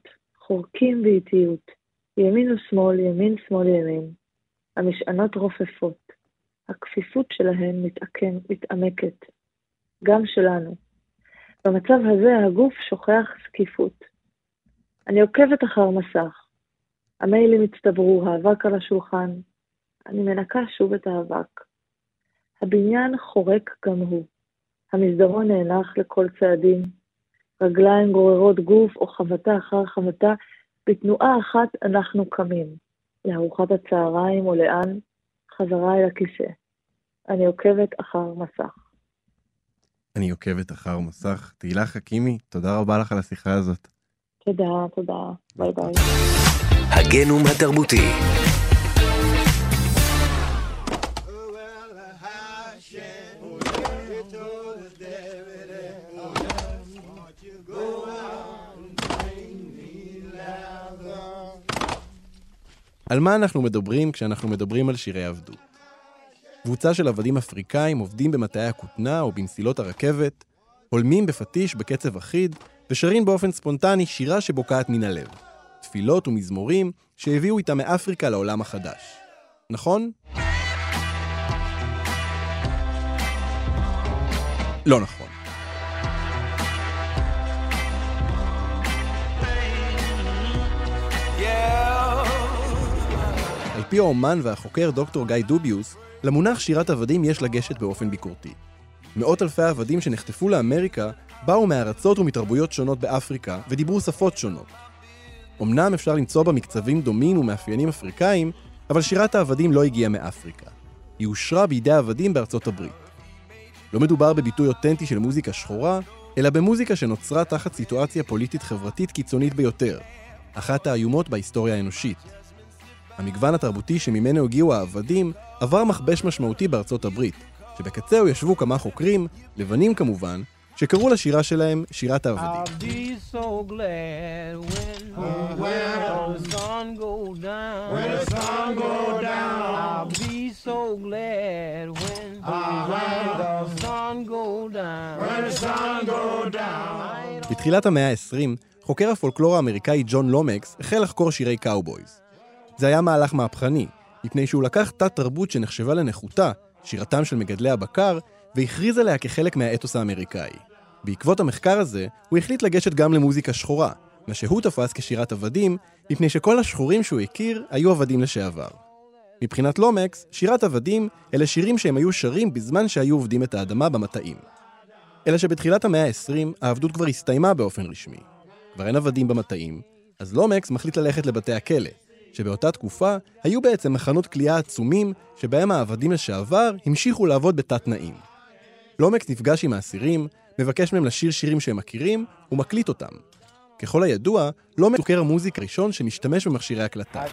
S5: חורקים באיטיות, ימין ושמאל, ימין, שמאל, ימין. המשענות רופפות, הכפיפות שלהן מתעמקת, גם שלנו. במצב הזה הגוף שוכח סקיפות. אני עוקבת אחר מסך. המיילים הצטברו, האבק על השולחן. אני מנקה שוב את האבק. הבניין חורק גם הוא. המסדרון נאנח לכל צעדים. רגליים גוררות גוף או חבטה אחר חבטה. בתנועה אחת אנחנו קמים. לארוחת הצהריים או לאן? חזרה אל הכיסא. אני עוקבת אחר מסך.
S6: אני עוקבת אחר מסך. תהילה חכימי, תודה רבה לך על השיחה הזאת.
S5: תודה. ביי ביי.
S2: הגנום התרבותי.
S6: על מה אנחנו מדברים כשאנחנו מדברים על שירי עבדות? קבוצה של עבדים אפריקאים עובדים במטעי הכותנה או במסילות הרכבת, הולמים בפטיש בקצב אחיד ושרים באופן ספונטני שירה שבוקעת מן הלב. תפילות ומזמורים שהביאו איתם מאפריקה לעולם החדש. נכון? לא נכון. על פי האומן והחוקר דוקטור גיא דוביוס, למונח שירת עבדים יש לגשת באופן ביקורתי. מאות אלפי עבדים שנחטפו לאמריקה באו מארצות ומתרבויות שונות באפריקה ודיברו שפות שונות. אמנם אפשר למצוא בה מקצבים דומים ומאפיינים אפריקאים, אבל שירת העבדים לא הגיעה מאפריקה. היא אושרה בידי עבדים בארצות הברית. לא מדובר בביטוי אותנטי של מוזיקה שחורה, אלא במוזיקה שנוצרה תחת סיטואציה פוליטית חברתית קיצונית ביותר, אחת האיומות בהיסטוריה האנושית. המגוון התרבותי שממנו הגיעו העבדים עבר מכבש משמעותי בארצות הברית, שבקצהו ישבו כמה חוקרים, לבנים כמובן, שקראו לשירה שלהם שירת העבדים. בתחילת המאה ה-20, חוקר הפולקלור האמריקאי ג'ון לומקס החל לחקור שירי קאובויז. זה היה מהלך מהפכני, מפני שהוא לקח תת תרבות שנחשבה לנחותה, שירתם של מגדלי הבקר, והכריז עליה כחלק מהאתוס האמריקאי. בעקבות המחקר הזה, הוא החליט לגשת גם למוזיקה שחורה, מה שהוא תפס כשירת עבדים, מפני שכל השחורים שהוא הכיר היו עבדים לשעבר. מבחינת לומקס, שירת עבדים אלה שירים שהם היו שרים בזמן שהיו עובדים את האדמה במטעים. אלא שבתחילת המאה ה-20 העבדות כבר הסתיימה באופן רשמי. כבר אין עבדים במטעים, אז לומקס מחליט ללכת לבתי הכלא, שבאותה תקופה היו בעצם מחנות כליאה עצומים שבהם העבדים לשעבר המשיכו לעבוד בתת תנאים. לומקס נפגש עם האסירים, מבקש מהם לשיר שירים שהם מכירים ומקליט אותם. ככל הידוע, לומקס חוקר המוזיקה הראשון שמשתמש במכשירי הקלטה.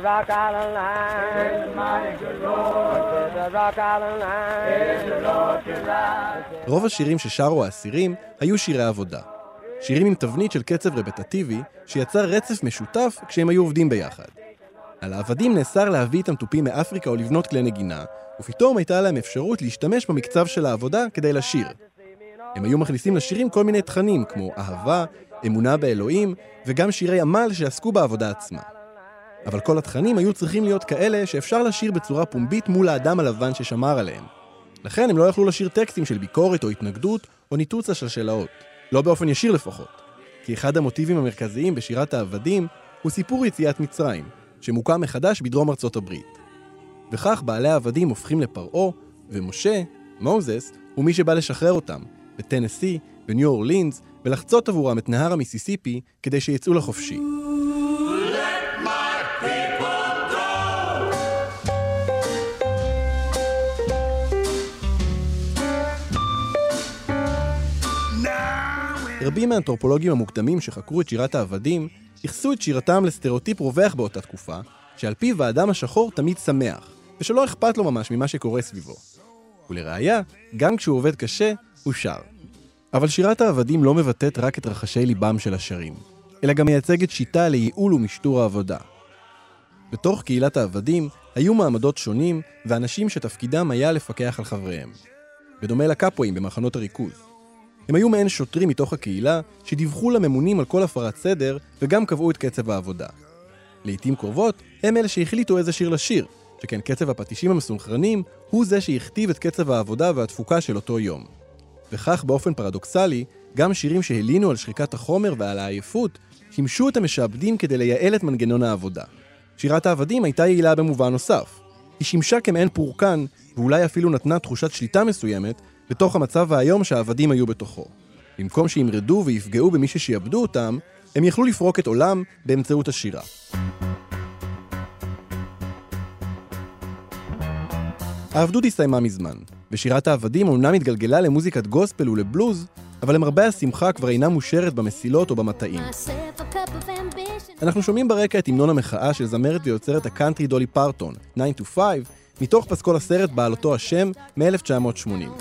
S6: רוב השירים ששרו האסירים היו שירי עבודה. שירים עם תבנית של קצב רפטטיבי שיצר רצף משותף כשהם היו עובדים ביחד. על העבדים נאסר להביא איתם טופים מאפריקה או לבנות כלי נגינה, ופתאום הייתה להם אפשרות להשתמש במקצב של העבודה כדי לשיר. הם היו מכניסים לשירים כל מיני תכנים כמו אהבה, אמונה באלוהים וגם שירי עמל שעסקו בעבודה עצמה. אבל כל התכנים היו צריכים להיות כאלה שאפשר לשיר בצורה פומבית מול האדם הלבן ששמר עליהם. לכן הם לא יכלו לשיר טקסטים של ביקורת או התנגדות או ניתוץ השלשלאות. לא באופן ישיר לפחות. כי אחד המוטיבים המרכזיים בשירת העבדים הוא סיפור יציאת מצרים, שמוקם מחדש בדרום ארצות הברית. וכך בעלי העבדים הופכים לפרעה, ומשה, מוזס, הוא מי שבא לשחרר אותם, בטנסי, בניו אורלינס, ולחצות עבורם את נהר המיסיסיפי כדי שיצאו לחופשי. רבים מהאנתרופולוגים המוקדמים שחקרו את שירת העבדים, ייחסו את שירתם לסטריאוטיפ רווח באותה תקופה, שעל פיו האדם השחור תמיד שמח, ושלא אכפת לו ממש ממה שקורה סביבו. ולראיה, גם כשהוא עובד קשה, הוא שר. אבל שירת העבדים לא מבטאת רק את רחשי ליבם של השרים, אלא גם מייצגת שיטה לייעול ומשטור העבודה. בתוך קהילת העבדים היו מעמדות שונים ואנשים שתפקידם היה לפקח על חבריהם, בדומה לקאפואים במחנות הריכוז.
S3: הם היו מעין שוטרים מתוך הקהילה שדיווחו לממונים על כל הפרת סדר וגם קבעו את קצב העבודה. לעתים קרובות הם אלה שהחליטו איזה שיר לשיר, שכן קצב הפטישים המסונכרנים הוא זה שהכתיב את קצב העבודה והתפוקה של אותו יום. וכך באופן פרדוקסלי, גם שירים שהלינו על שחיקת החומר ועל העייפות, שימשו את המשעבדים כדי לייעל את מנגנון העבודה. שירת העבדים הייתה יעילה במובן נוסף. היא שימשה כמעין פורקן, ואולי אפילו נתנה תחושת שליטה מסוימת, בתוך המצב היום שהעבדים היו בתוכו. במקום שימרדו ויפגעו במי ששיעבדו אותם, הם יכלו לפרוק את עולם באמצעות השירה. העבדות הסתיימה מזמן, ושירת העבדים אומנם התגלגלה למוזיקת גוספל ולבלוז, אבל למרבה השמחה כבר אינה מושרת במסילות או במטעים. אנחנו שומעים ברקע את המנון המחאה של זמרת ויוצרת הקאנטרי דולי פרטון, 9 to 5, מתוך פסקול הסרט בעל אותו השם מ-1980.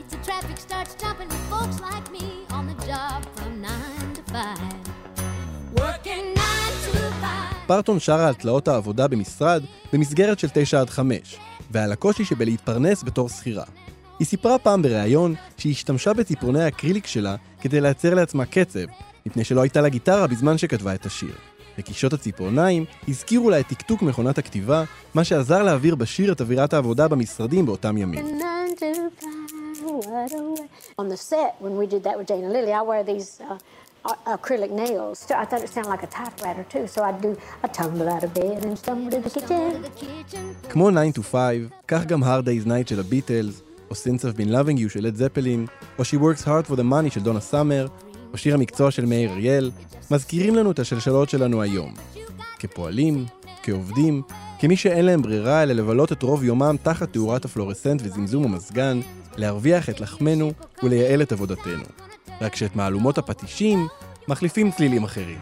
S3: פרטון שרה על תלאות העבודה במשרד במסגרת של 9-5, ועל הקושי שבלהתפרנס בתור שכירה. היא סיפרה פעם בריאיון שהיא השתמשה בציפורני האקריליק שלה כדי לייצר לעצמה קצב, מפני שלא הייתה לה גיטרה בזמן שכתבה את השיר. וקישות הציפורניים הזכירו לה את תקתוק מכונת הכתיבה, מה שעזר להעביר בשיר את אווירת העבודה במשרדים באותם ימים.
S7: On the set, when we did that with Jane and Lily, I wear these acrylic nails. I thought it sounded like a typewriter too, so I tumbled out of bed and stumbled in the kitchen.
S3: כמו 9 to 5, כך גם Hard Day's Night של הביטלס, או Since I've Been Loving You של לד זפלין, או She Works Hard for the Money של דונה סאמר, או שיר המקצוע של מאיר אריאל, מזכירים לנו את השלשלות שלנו היום. כפועלים, כעובדים, כמי שאין להם ברירה אלא לבלות את רוב יומם תחת תאורת הפלורסנט וזמזום המזגן, להרוויח את לחמנו ולייעל את עבודתנו. רק שאת מעלומות הפטישים מחליפים צלילים אחרים.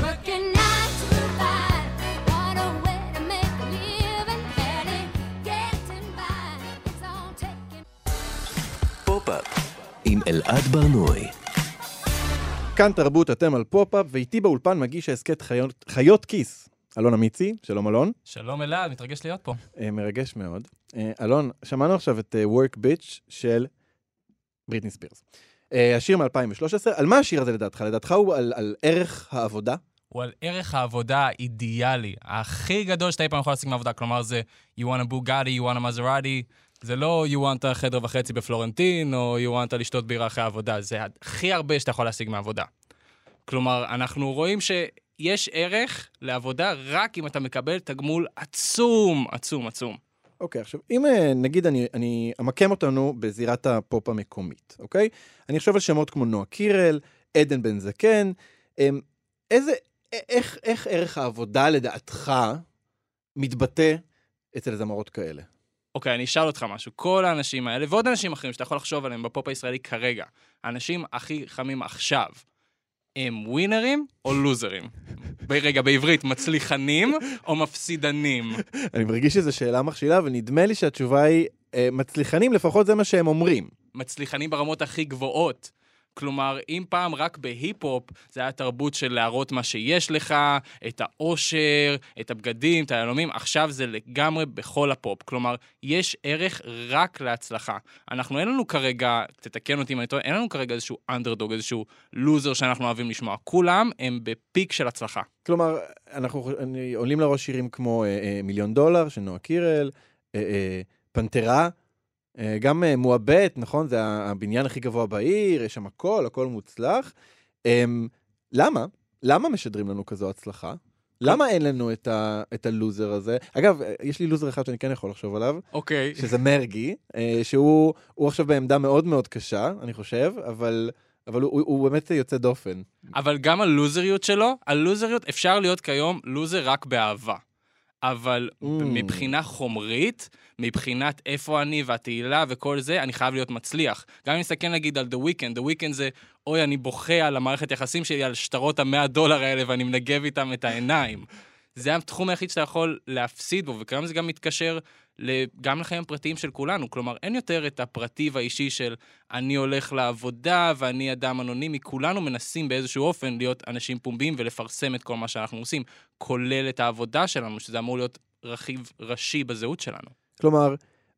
S2: פופ-אפ עם אלעד ברנועי.
S3: כאן תרבות, אתם על פופ-אפ, ואיתי באולפן מגיש העסקת חיות כיס. אלון אמיצי, שלום אלון.
S8: שלום אלעד, מתרגש להיות פה.
S3: מרגש מאוד. אלון, שמענו עכשיו את Work Bitch של בריטני ספירס. השיר מ-2013, על מה השיר הזה לדעתך? לדעתך הוא על ערך העבודה?
S8: הוא על ערך העבודה האידיאלי, הכי גדול שאתה אי פעם יכול להשיג מהעבודה, כלומר זה you want a Bugatti, you want a Maserati, זה לא you want a חדר וחצי בפלורנטין, או you want a לשתות בירה אחרי העבודה, זה הכי הרבה שאתה יכול להשיג מהעבודה. כלומר, אנחנו רואים שיש ערך לעבודה רק אם אתה מקבל תגמול עצום, עצום, עצום.
S3: אוקיי, עכשיו, אם נגיד אני אמקם אותנו בזירת הפופ המקומית, אוקיי? אני חושב על שמות כמו נועה קירל, עדן בן זקן, איך ערך העבודה לדעתך מתבטא אצל זמרות כאלה?
S8: אוקיי, אני אשאל אותך משהו. כל האנשים האלה, ועוד אנשים אחרים שאתה יכול לחשוב עליהם בפופ הישראלי כרגע, האנשים הכי חמים עכשיו, הם ווינרים או לוזרים? רגע, בעברית, מצליחנים או מפסידנים? אני
S3: מרגיש שזו שאלה מכשילה, ונדמה לי שהתשובה היא מצליחנים, לפחות זה מה שהם אומרים.
S8: מצליחנים ברמות הכי גבוהות. כלומר, אם פעם רק בהיפ-הופ, זה היה תרבות של להראות מה שיש לך, את האושר, את הבגדים, את היהלומים, עכשיו זה לגמרי בכל הפופ. כלומר, יש ערך רק להצלחה. אין לנו כרגע, תתקן אותי אם אני טועה, אין לנו כרגע איזשהו אנדרדוג, איזשהו לוזר שאנחנו אוהבים לשמוע. כולם הם בפיק של הצלחה.
S3: כלומר, אנחנו עולים לראש שירים כמו $1,000,000 של נועה קירל, פנתרה, גם מועבט, נכון? זה הבניין הכי גבוה בעיר, יש שם הכל מוצלח. למה? למה משדרים לנו כזו הצלחה? למה אין לנו את הלוזר הזה? אגב, יש לי לוזר אחד שאני כן יכול לחשוב עליו.
S8: אוקיי.
S3: שזה מרגי, שהוא עכשיו בעמדה מאוד מאוד קשה, אני חושב, אבל הוא באמת יוצא דופן.
S8: אבל גם הלוזריות שלו, אפשר להיות כיום לוזר רק באהבה. אבל מבחינה חומרית, מבחינת איפה אני והתהילה וכל זה, אני חייב להיות מצליח. גם אם נסתכל נגיד על The Weeknd, The Weeknd זה, אוי, אני בוכה על המערכת יחסים שלי, על שטרות $100 האלה, ואני מנגב איתם את העיניים. זה התחום היחיד שאתה יכול להפסיד בו, וכיום זה גם מתקשר גם לחיים הפרטיים של כולנו. כלומר, אין יותר את הפרטי והאישי של אני הולך לעבודה ואני אדם אנונימי. כולנו מנסים באיזשהו אופן להיות אנשים פומביים ולפרסם את כל מה שאנחנו עושים, כולל את העבודה שלנו, שזה אמור להיות רכיב ראשי בזהות שלנו.
S3: כלומר,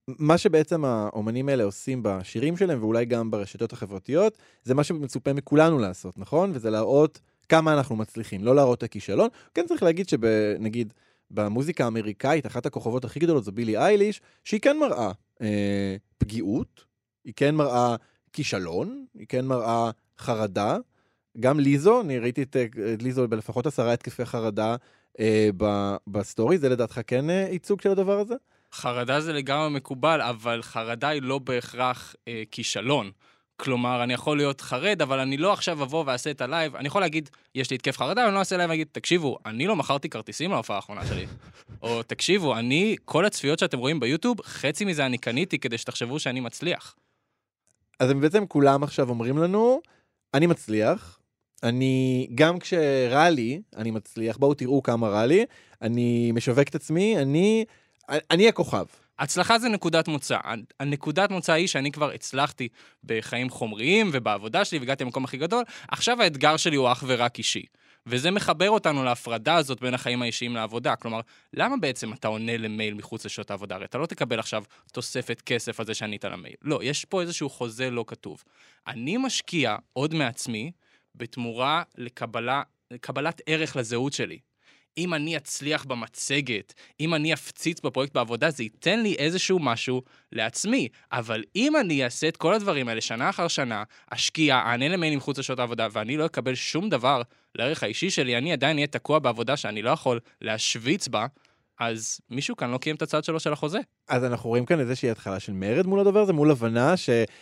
S3: מה שבעצם האומנים האלה עושים בשירים שלהם, ואולי גם ברשתות החברתיות, זה מה שמצופה מכולנו לעשות, נכון? וזה להראות כמה אנחנו מצליחים, לא להראות את הכישלון. כן צריך להגיד שנגיד, במוזיקה האמריקאית, אחת הכוכבות הכי גדולות זו בילי אייליש, שהיא כן מראה פגיעות, היא כן מראה כישלון, היא כן מראה חרדה. גם ליזו, אני ראיתי את ליזו בלפחות 10 התקפי חרדה בסטורי, זה לדעתך כן ייצוג של הדבר הזה?
S8: חרדה זה לגמרי מקובל, אבל חרדה היא לא בהכרח כישלון. כלומר, אני יכול להיות חרד, אבל אני לא עכשיו אבוא ועשה את הלייב. אני יכול להגיד, יש לי התקף חרדה, אני לא אעשה לייב ואגיד, תקשיבו, אני לא מכרתי כרטיסים להופעה האחרונה שלי. או תקשיבו, כל הצפיות שאתם רואים ביוטיוב, חצי מזה אני קניתי כדי שתחשבו שאני מצליח.
S3: אז בעצם כולם עכשיו אומרים לנו, אני מצליח, גם כשרע לי, אני מצליח, בואו תראו כמה רע לי, אני משווק את עצמי, אני הכוכב.
S8: הצלחה זה נקודת מוצא. הנקודת מוצא היא שאני כבר הצלחתי בחיים חומריים ובעבודה שלי והגעתי למקום הכי גדול. עכשיו האתגר שלי הוא אך ורק אישי. וזה מחבר אותנו להפרדה הזאת בין החיים האישיים לעבודה. כלומר, למה בעצם אתה עונה למייל מחוץ לשעות העבודה? הרי אתה לא תקבל עכשיו תוספת כסף על זה שענית למייל. לא, יש פה איזשהו חוזה לא כתוב. אני משקיע עוד מעצמי בתמורה לקבלת ערך לזהות שלי. אם אני אצליח במצגת, אם אני אפציץ בפרויקט בעבודה, זה ייתן לי איזשהו משהו לעצמי. אבל אם אני אעשה את כל הדברים האלה שנה אחר שנה, אשקיע, אענה למיילים מחוץ לשעות העבודה, ואני לא אקבל שום דבר לערך האישי שלי, אני עדיין אהיה תקוע בעבודה שאני לא יכול להשוויץ בה, אז מישהו כאן לא קיים את הצד שלו של החוזה.
S3: אז אנחנו רואים כאן איזושהי התחלה של מרד מול הדבר הזה, מול הבנה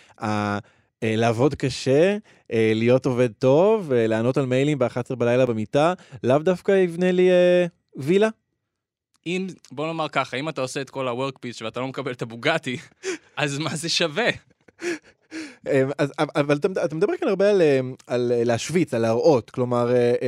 S3: לעבוד קשה, להיות עובד טוב, לענות על מיילים ב-11 בלילה במיטה, לאו דווקא יבנה לי וילה?
S8: בוא נאמר ככה, אם אתה עושה את כל ה-work pitch ואתה לא מקבל את הבוגטי, אז מה זה שווה?
S3: אבל אתה מדבר כאן הרבה על להשוויץ, על להראות, כלומר,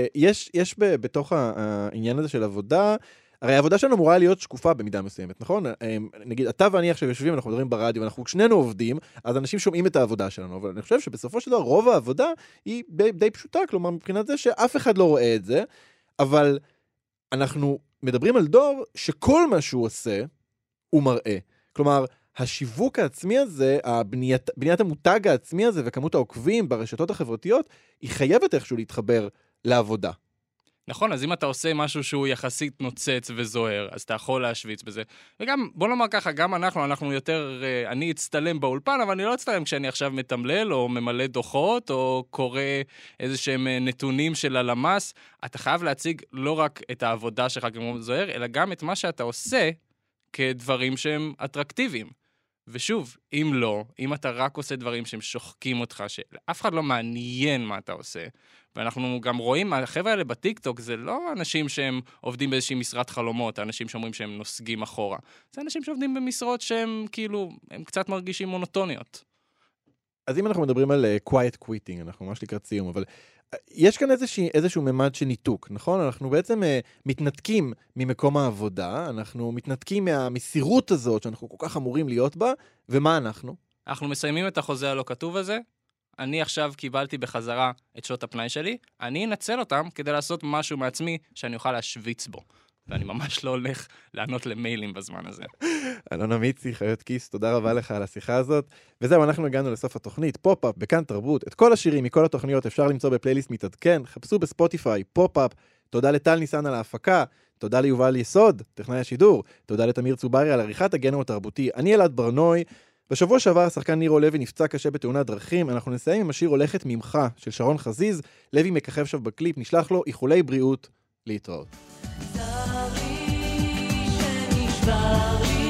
S3: יש בתוך העניין הזה של עבודה, הרי העבודה שלנו אמורה להיות שקופה במידה מסוימת, נכון? נגיד, אתה ואני עכשיו יושבים, אנחנו מדברים ברדיו, אנחנו שנינו עובדים, אז אנשים שומעים את העבודה שלנו, אבל אני חושב שבסופו של דבר, רוב העבודה היא די פשוטה, כלומר, מבחינת זה שאף אחד לא רואה את זה, אבל אנחנו מדברים על דור שכל מה שהוא עושה, הוא מראה. כלומר, השיווק העצמי הזה, בניית המותג העצמי הזה, וכמות העוקבים ברשתות החברתיות, היא חייבת איכשהו להתחבר לעבודה.
S8: נכון, אז אם אתה עושה משהו שהוא יחסית נוצץ וזוהר, אז אתה יכול להשוויץ בזה. וגם, בוא נאמר ככה, גם אנחנו יותר, אני אצטלם באולפן, אבל אני לא אצטלם כשאני עכשיו מתמלל, או ממלא דוחות, או קורא איזשהם נתונים של הלמ"ס. אתה חייב להציג לא רק את העבודה שלך כמו זוהר, אלא גם את מה שאתה עושה כדברים שהם אטרקטיביים. ושוב, אם לא, אם אתה רק עושה דברים שהם שוחקים אותך, שאף אחד לא מעניין מה אתה עושה, ואנחנו גם רואים, החבר'ה האלה בטיקטוק, זה לא אנשים שהם עובדים באיזושהי משרת חלומות, האנשים שאומרים שהם נוסגים אחורה. זה אנשים שעובדים במשרות שהם כאילו, הם קצת מרגישים מונוטוניות.
S3: אז אם אנחנו מדברים על quiet quitting, אנחנו ממש לקראת סיום, אבל יש כאן איזשהו ממד של ניתוק, נכון? אנחנו בעצם מתנתקים ממקום העבודה, אנחנו מתנתקים מהמסירות הזאת שאנחנו כל כך אמורים להיות בה, ומה אנחנו?
S8: אנחנו מסיימים את החוזה הלא כתוב הזה, אני עכשיו קיבלתי בחזרה את שעות הפנאי שלי, אני אנצל אותם כדי לעשות משהו מעצמי שאני אוכל להשוויץ בו. ואני ממש לא הולך לענות למיילים בזמן הזה.
S3: אלון אמיצי, חיות כיס, תודה רבה לך על השיחה הזאת. וזהו, אנחנו הגענו לסוף התוכנית, פופ-אפ, בכאן תרבות. את כל השירים מכל התוכניות אפשר למצוא בפלייליסט מתעדכן, חפשו בספוטיפיי, פופ-אפ. תודה לטל ניסן על ההפקה, תודה ליובל יסוד, טכנאי השידור, תודה לתמיר צוברי על עריכת הגנו התרבותי. אני אלעד ברנוי. בשבוע שעבר השחקן נירו לוי נפצע קשה בתאונת דרכים. אנחנו נסיים עם השיר הולכת ממך של שרון חזיז. לוי מככב שוב בקליפ, נשלח לו איחולי בריאות, להתראות.